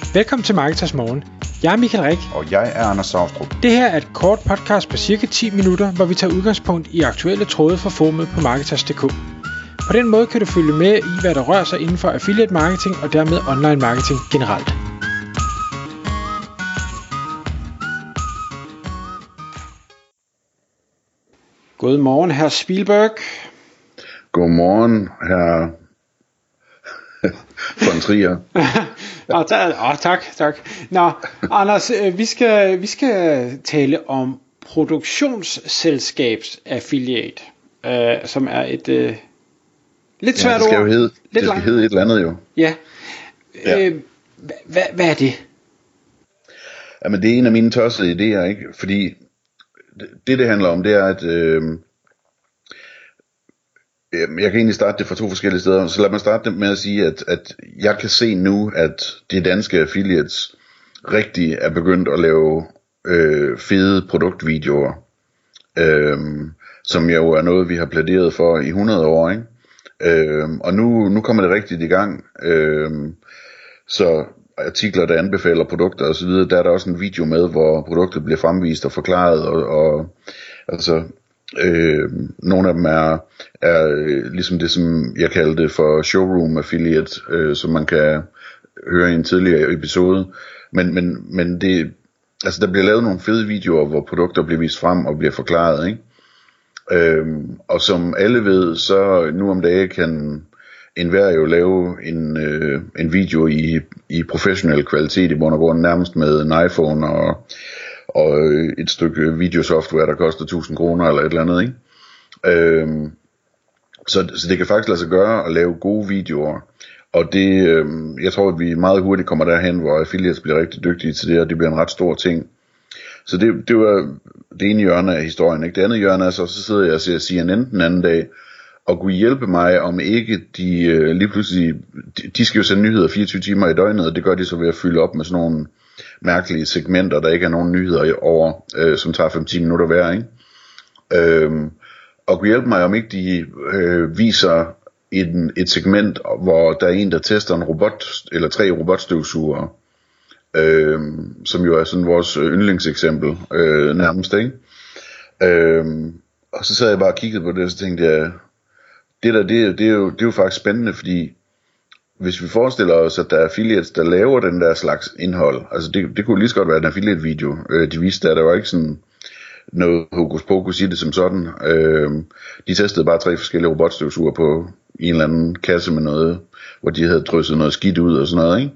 Velkommen til Marketers Morgen. Jeg er Michael Rik. Og jeg er Anders Saustrup. Det her er et kort podcast på cirka 10 minutter, hvor vi tager udgangspunkt i aktuelle tråde fra forumet på Marketers.dk. På den måde kan du følge med i, hvad der rører sig inden for affiliate marketing og dermed online marketing generelt. Godmorgen, hr. Spielberg. Godmorgen, hr. von Trier. Tak. Nå, Anders, vi skal tale om produktionsselskabs affiliate, som er et lidt svært ord. Det skal hedde et eller andet jo. Ja. Hvad er det? Jamen, det er en af mine tossede idéer, ikke? Fordi det handler om, det er, at jeg kan egentlig starte det fra to forskellige steder. Så lad mig starte med at sige, at jeg kan se nu, at de danske affiliates rigtig er begyndt at lave fede produktvideoer, som jo er noget, vi har plæderet for i 100 år, ikke? Og nu kommer det rigtigt i gang. Så artikler, der anbefaler produkter og så videre, der er der også en video med, hvor produktet bliver fremvist og forklaret, og altså nogle af dem er ligesom det, som jeg kaldte for showroom affiliate, som man kan høre i en tidligere episode, men det, altså der bliver lavet nogle fede videoer, hvor produkter bliver vist frem og bliver forklaret, ikke? Og som alle ved, så nu om dagen kan enhver jo lave en video i professionel kvalitet i bund og grund, nærmest med en iPhone og et stykke videosoftware, der koster 1000 kroner eller et eller andet, ikke? Så det kan faktisk lade sig gøre at lave gode videoer, og det, jeg tror, at vi meget hurtigt kommer derhen, hvor affiliates bliver rigtig dygtige til det, og det bliver en ret stor ting. Så det var det ene hjørne af historien, ikke? Det andet hjørne er så sidder jeg og ser CNN den anden dag, og kunne hjælpe mig, om ikke de lige pludselig, de skal jo sende nyheder 24 timer i døgnet, og det gør de så ved at fylde op med sådan nogle mærkelige segmenter, der ikke er nogen nyheder over, som tager 5-10 minutter hver, ikke? Og kunne hjælpe mig, om ikke de viser et segment, hvor der er en, der tester en robot, eller 3 robotstøvsugere, som jo er sådan vores yndlingseksempel, nærmest, ikke? Og så sad jeg bare og kiggede på det, og så tænkte jeg, det er jo faktisk spændende, fordi hvis vi forestiller os, at der er affiliates, der laver den der slags indhold, altså det kunne lige så godt være en affiliate video, de viste, at der var ikke sådan noget hokus pokus i det som sådan. De testede bare 3 forskellige robotstøvsuger på en eller anden kasse med noget, hvor de havde drysset noget skidt ud og sådan noget, ikke?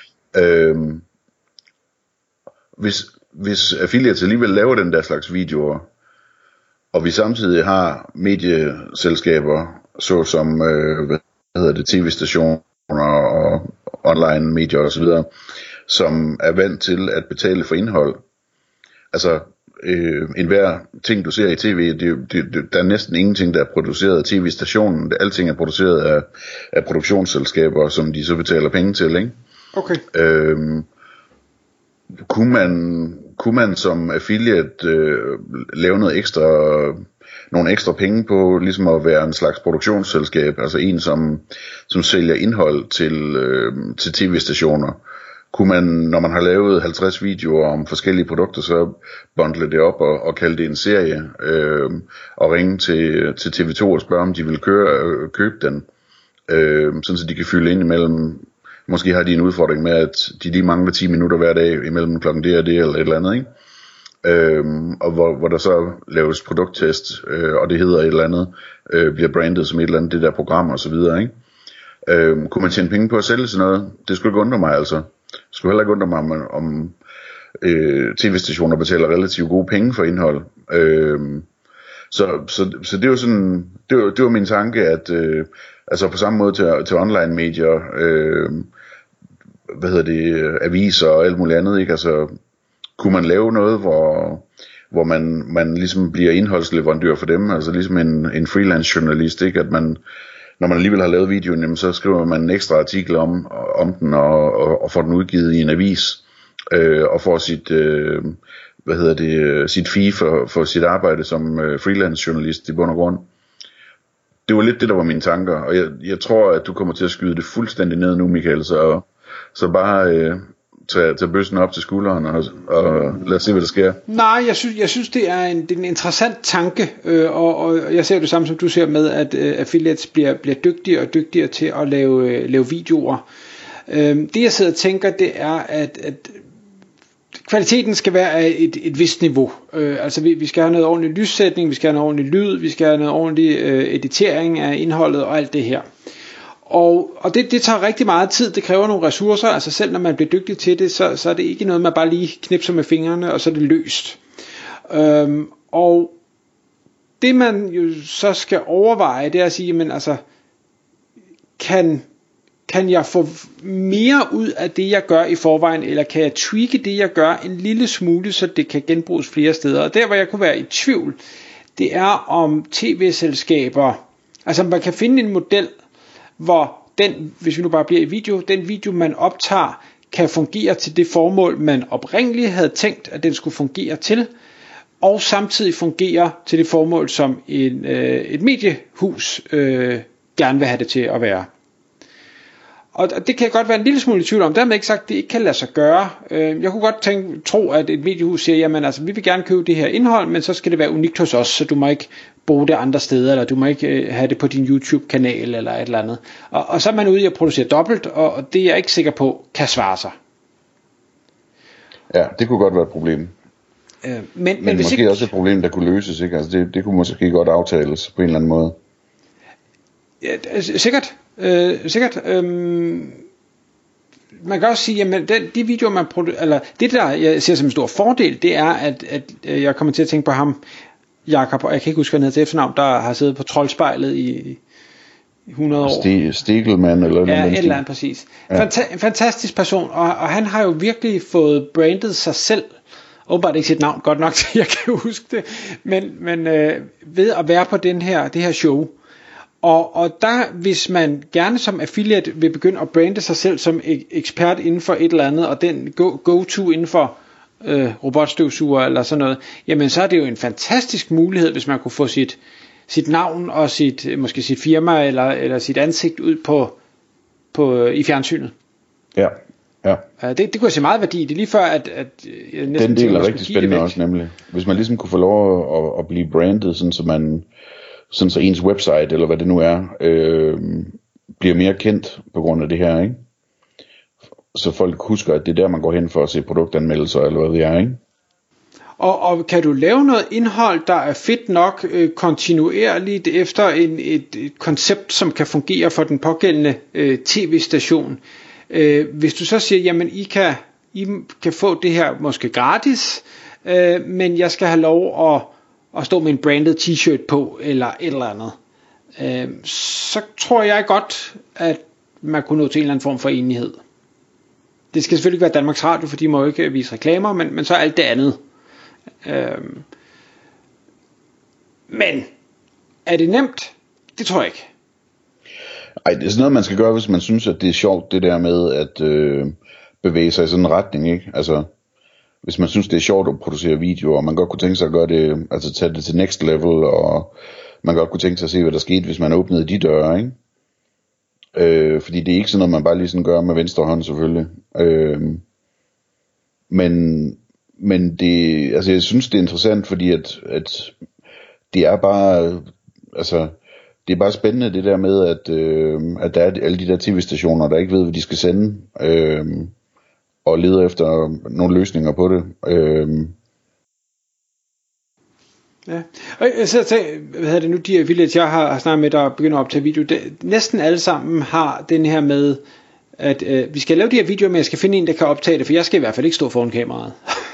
Hvis affiliates alligevel laver den der slags videoer, og vi samtidig har medieselskaber, såsom tv-stationer og online medier og så videre, som er vant til at betale for indhold. Altså enhver ting du ser i tv, der er næsten ingenting, der er produceret af tv-stationen. Alting er produceret af produktionsselskaber, som de så betaler penge til, ikke? Okay. Kunne man som affiliate lave nogle ekstra penge på ligesom at være en slags produktionsselskab, altså en som sælger indhold til tv-stationer? Kunne man, når man har lavet 50 videoer om forskellige produkter, så bundle det op og kalde det en serie, og ringe til TV2 og spørge, om de vil købe den, sådan så de kan fylde ind imellem. Måske har de en udfordring med, at de lige mangler 10 minutter hver dag imellem klokken det og det, eller et eller andet, ikke? Og hvor der så laves produkttest, og det hedder et eller andet, bliver brandet som et eller andet, det der program og så videre, ikke? Kunne man tjene penge på at sælge sådan noget? Det skulle ikke undre mig, altså. Det skulle heller ikke undre mig, om tv-stationer betaler relativt gode penge for indhold. Så det er jo sådan, det var min tanke, at altså på samme måde til online medier, aviser og alt muligt andet, ikke? Altså kunne man lave noget, hvor man ligesom bliver indholdsleverandør for dem, altså ligesom en freelance journalist, ikke? At man, når man alligevel har lavet videoen, jamen, så skriver man en ekstra artikel om den og får den udgivet i en avis, og får sit fee for sit arbejde som freelance journalist i bund og grund. Det var lidt det, der var mine tanker, og jeg tror, at du kommer til at skyde det fuldstændig ned nu, Michael, så bare tage bøssen op til skulderen og lad os se, hvad der sker? Nej, jeg synes det er en interessant tanke, og jeg ser det samme som du ser med, at affiliates bliver dygtigere og dygtigere til at lave videoer. Det jeg sidder og tænker, det er, at kvaliteten skal være af et vist niveau. Altså vi skal have noget ordentlig lyssætning, vi skal have noget ordentlig lyd, vi skal have noget ordentlig editering af indholdet og alt det her. Og det tager rigtig meget tid, det kræver nogle ressourcer, altså selv når man bliver dygtig til det, så er det ikke noget, man bare lige knipser med fingrene, og så er det løst. Og det man jo så skal overveje, det er at sige, men altså, kan jeg få mere ud af det, jeg gør i forvejen, eller kan jeg tweake det, jeg gør en lille smule, så det kan genbruges flere steder? Og der, hvor jeg kunne være i tvivl, det er om tv-selskaber, altså man kan finde en model, hvor den, hvis vi nu bare bliver i video, den video, man optager, kan fungere til det formål, man oprindeligt havde tænkt, at den skulle fungere til, og samtidig fungere til det formål, som et mediehus gerne vil have det til at være. Og det kan jeg godt være en lille smule i tvivl om. Dermed ikke sagt, at det ikke kan lade sig gøre. Jeg kunne godt tro, at et mediehus siger, jamen altså, vi vil gerne købe det her indhold, men så skal det være unikt hos os, så du må ikke bruge det andre steder, eller du må ikke have det på din YouTube-kanal, eller et eller andet. Og så er man ude i at producere dobbelt, og det er jeg ikke sikker på, kan svare sig. Ja, det kunne godt være et problem. Men måske ikke også et problem, der kunne løses, ikke? Altså det kunne måske godt aftales på en eller anden måde. Ja, sikkert. Man kan også sige, jamen de videoer man producerer, eller det der jeg ser som en stor fordel, det er at jeg kommer til at tænke på ham Jakob, og jeg kan ikke huske hvad han hedder til efternavn, der har siddet på Troldspejlet i 100 år. Stegelmann eller ja, et eller andet præcis. Ja. En fantastisk person, og han har jo virkelig fået brandet sig selv. Åbenbart ikke sit navn godt nok til jeg kan huske det, men ved at være på det her show. Og der, hvis man gerne som affiliate vil begynde at brande sig selv som ekspert inden for et eller andet, og den go-to inden for robotstøvsuger eller sådan noget, jamen så er det jo en fantastisk mulighed, hvis man kunne få sit navn og måske sit firma eller sit ansigt ud på i fjernsynet. Ja. Det kunne jeg se meget værdi. Det er lige før, at jeg næsten den del er rigtig spændende også, nemlig. Hvis man ligesom kunne få lov at blive brandet, sådan så ens website, eller hvad det nu er, bliver mere kendt på grund af det her, ikke? Så folk husker, at det er der, man går hen for at se produktanmeldelser, eller hvad det er, ikke? Og kan du lave noget indhold, der er fedt nok kontinuerligt efter et koncept, som kan fungere for den pågældende tv-station? Hvis du så siger, jamen I kan få det her måske gratis, men jeg skal have lov at stå med en branded t-shirt på, eller et eller andet, så tror jeg godt, at man kunne nå til en eller anden form for enighed. Det skal selvfølgelig ikke være Danmarks Radio, for de må jo ikke vise reklamer, men så alt det andet. Men er det nemt? Det tror jeg ikke. Ej, det er sådan noget, man skal gøre, hvis man synes, at det er sjovt, det der med at bevæge sig i sådan en retning, ikke? Altså, hvis man synes, det er sjovt at producere videoer, og man godt kunne tænke sig at gøre det, altså tage det til next level, og man godt kunne tænke sig at se, hvad der skete, hvis man åbnede de døre, ikke? Fordi det er ikke sådan noget, man bare lige sådan gør med venstre hånd, selvfølgelig. Men det, altså jeg synes, det er interessant, fordi at det er bare, altså, det er bare spændende det der med, at der er alle de der tv-stationer, der ikke ved, hvad de skal sende, og leder efter nogle løsninger på det. Ja, og så hvad hedder det nu, de affiliates, jeg har snakket med, der begynder at optage video, næsten alle sammen har den her med, at vi skal lave de her videoer, men jeg skal finde en, der kan optage det, for jeg skal i hvert fald ikke stå foran kameraet.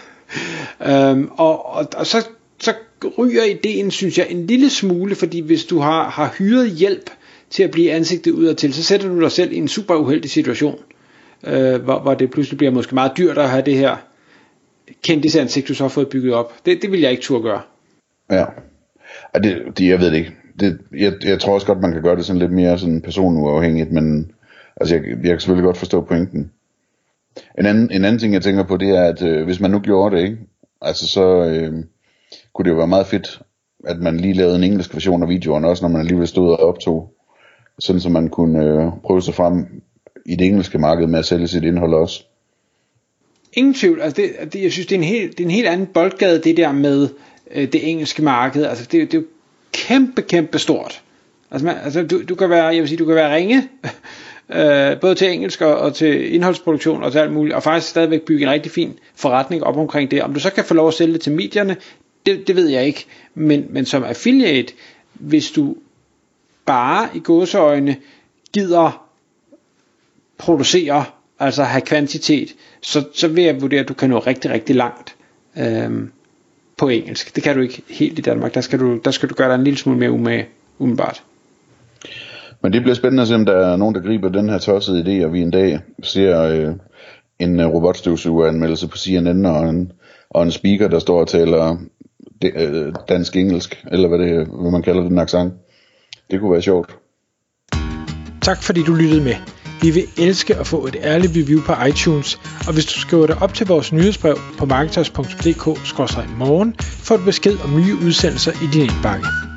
Og så ryger ideen, synes jeg, en lille smule, fordi hvis du har hyret hjælp til at blive ansigtet udadtil, så sætter du dig selv i en super uheldig situation, hvor det pludselig bliver måske meget dyrt at have det her kendisansigt, du så har fået bygget op. Det vil jeg ikke turde gøre. Ja, jeg ved det ikke. Jeg tror også godt, man kan gøre det sådan lidt mere sådan personuafhængigt, men altså jeg kan selvfølgelig godt forstå pointen. En anden ting, jeg tænker på, det er, at hvis man nu gjorde det, ikke? Altså så kunne det jo være meget fedt, at man lige lavede en engelsk version af videoen, også når man alligevel stod og optog, sådan så man kunne prøve sig frem i det engelske marked med at sælge sit indhold også. Ingen tvivl. Altså jeg synes, det er en helt anden boldgade, det der med det engelske marked. Altså det er jo kæmpe stort. Altså du kan være, jeg vil sige, du kan være ringe, både til engelsk og til indholdsproduktion og til alt muligt, og faktisk stadigvæk bygge en rigtig fin forretning op omkring det. Om du så kan få lov at sælge det til medierne, det ved jeg ikke. Men som affiliate, hvis du bare i gåseøjne gider producere, altså have kvantitet, så vil jeg vurdere, at du kan nå rigtig langt på engelsk. Det kan du ikke helt i Danmark. Der skal du gøre dig en lille smule mere umage, umiddelbart. Men det bliver spændende at se, om der er nogen, der griber den her tossede idé, og vi en dag ser en robotstøvsugeranmeldelse på CNN og en speaker, der står og taler dansk-engelsk, eller hvad man kalder den accent. Det kunne være sjovt. Tak fordi du lyttede med. Vi vil elske at få et ærligt review på iTunes, og hvis du skriver dig op til vores nyhedsbrev på marketers.dk/morgen, får du besked om nye udsendelser i din indbakke.